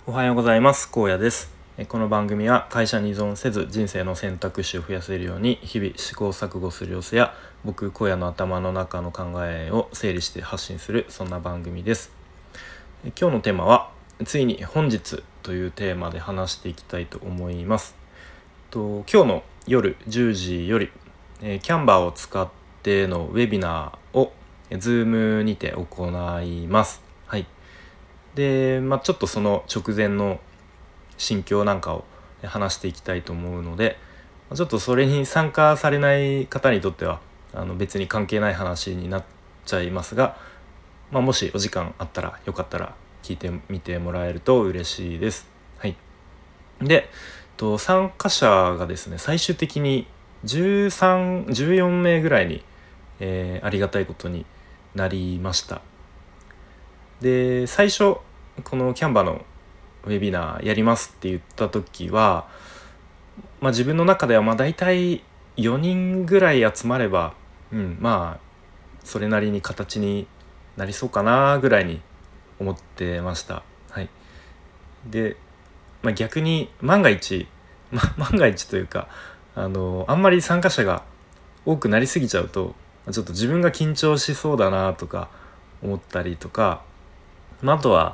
おはようございます。荒野です。この番組は会社に依存せず人生の選択肢を増やせるように日々試行錯誤する様子や僕荒野の頭の中の考えを整理して発信するそんな番組です。今日のテーマはついに本日というテーマで話していきたいと思います。今日の夜10時よりキャンバーを使ってのウェビナーを Zoom にて行います。はい。で、ちょっとその直前の心境なんかを話していきたいと思うので、ちょっとそれに参加されない方にとっては別に関係ない話になっちゃいますが、もしお時間あったらよかったら聞いてみてもらえると嬉しいです。はい。で、参加者がですね、最終的に13、14名ぐらいに、ありがたいことになりました。で、最初このキャンバのウェビナーやりますって言った時は、自分の中では大体4人ぐらい集まれば、それなりに形になりそうかなぐらいに思ってました。はい。で、逆に万が一というかあんまり参加者が多くなりすぎちゃうとちょっと自分が緊張しそうだなとか思ったりとか、あとは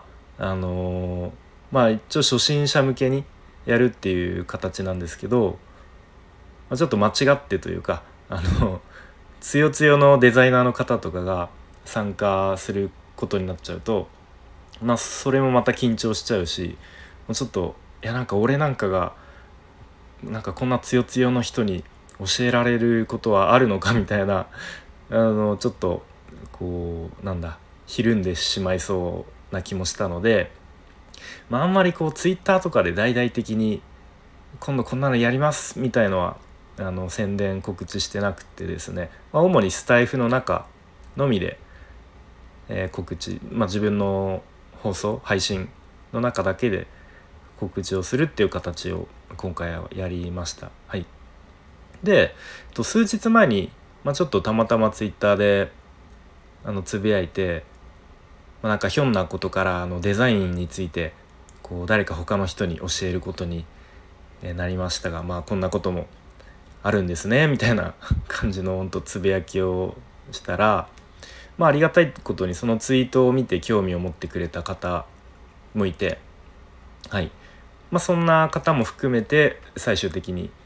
一応初心者向けにやるっていう形なんですけど、ちょっと間違ってというかつよつよのデザイナーの方とかが参加することになっちゃうと、それもまた緊張しちゃうし、ちょっと俺なんかがこんなつよつよの人に教えられることはあるのかみたいなちょっとひるんでしまいそうな気もしたので、あんまりツイッターとかで大々的に今度こんなのやりますみたいのは宣伝告知してなくてですね、主にスタイフの中のみで、告知、自分の放送配信の中だけで告知をするっていう形を今回はやりました。はい。で、数日前に、ちょっとたまたまツイッターでつぶやいて、ひょんなことからデザインについて誰か他の人に教えることになりましたが、こんなこともあるんですねみたいな感じのつぶやきをしたら、ありがたいことにそのツイートを見て興味を持ってくれた方もいて、はい。そんな方も含めて最終的に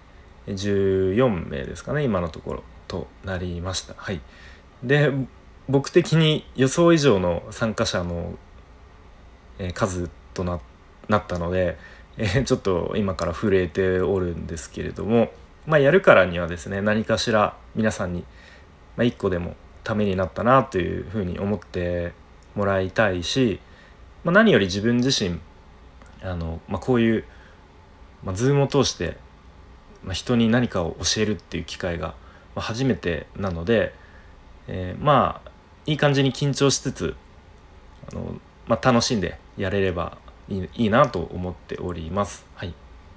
14名ですかね、今のところとなりました。はい。で、僕的に予想以上の参加者の数となったので、ちょっと今から震えておるんですけれども、やるからにはですね、何かしら皆さんに一個でもためになったなというふうに思ってもらいたいし、何より自分自身こういう、ズームを通して、人に何かを教えるっていう機会が初めてなので、いい感じに緊張しつつ楽しんでやれればいいなと思っております。はい。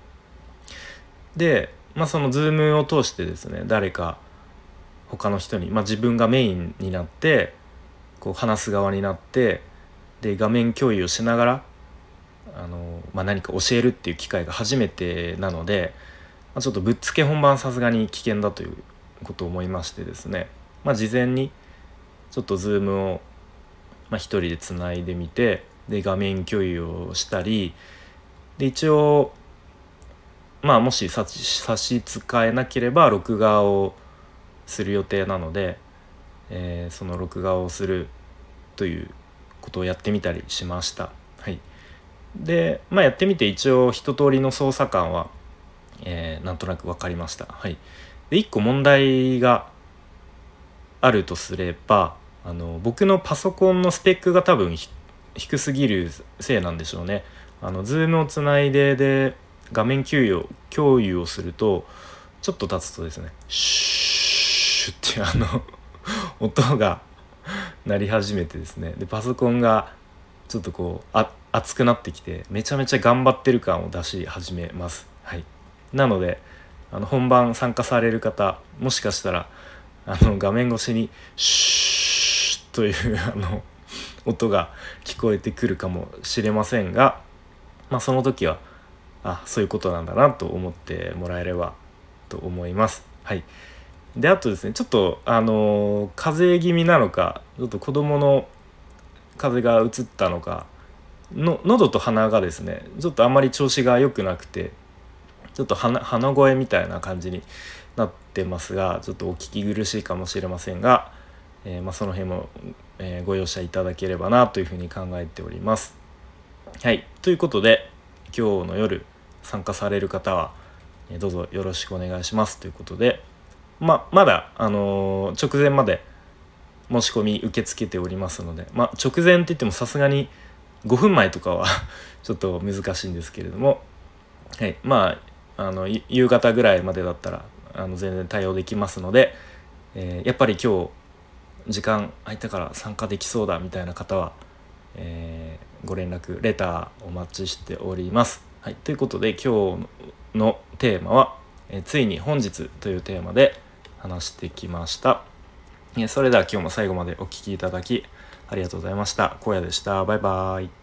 で、そのズームを通してですね、誰か他の人に、自分がメインになって話す側になって、で画面共有をしながら何か教えるっていう機会が初めてなので、ちょっとぶっつけ本番さすがに危険だということを思いましてですね、事前にちょっとズームを一人でつないでみて、で画面共有をしたりで、一応もし差し支えなければ録画をする予定なので、その録画をするということをやってみたりしました。はい。で、やってみて一応一通りの操作感は、なんとなく分かりました。はい。で、一個問題があるとすれば、僕のパソコンのスペックが多分低すぎるせいなんでしょうね。ズームをつないで画面共有をすると、ちょっと経つとですね、シュッって音が鳴り始めてですね、でパソコンがちょっと熱くなってきて、めちゃめちゃ頑張ってる感を出し始めます。はい。なので本番参加される方、もしかしたら画面越しにシュッという音が聞こえてくるかもしれませんが、 その時はそういうことなんだなと思ってもらえればと思います。はい。であとですね、ちょっと風邪気味なのか、ちょっと子供の風邪がうつったのかの喉と鼻がですね、ちょっとあんまり調子が良くなくて、ちょっと鼻声みたいな感じになってますが、ちょっとお聞き苦しいかもしれませんが、その辺も、ご容赦いただければなというふうに考えております。はい、ということで今日の夜参加される方は、どうぞよろしくお願いしますということで、まだ、直前まで申し込み受け付けておりますので、直前って言ってもさすがに5分前とかはちょっと難しいんですけれども、はい、夕方ぐらいまでだったら全然対応できますので、やっぱり今日時間空いたから参加できそうだみたいな方は、ご連絡レターお待ちしております。はい、ということで今日のテーマは、ついに本日というテーマで話してきました。それでは今日も最後までお聞きいただきありがとうございました。荒野でした。バイバイ。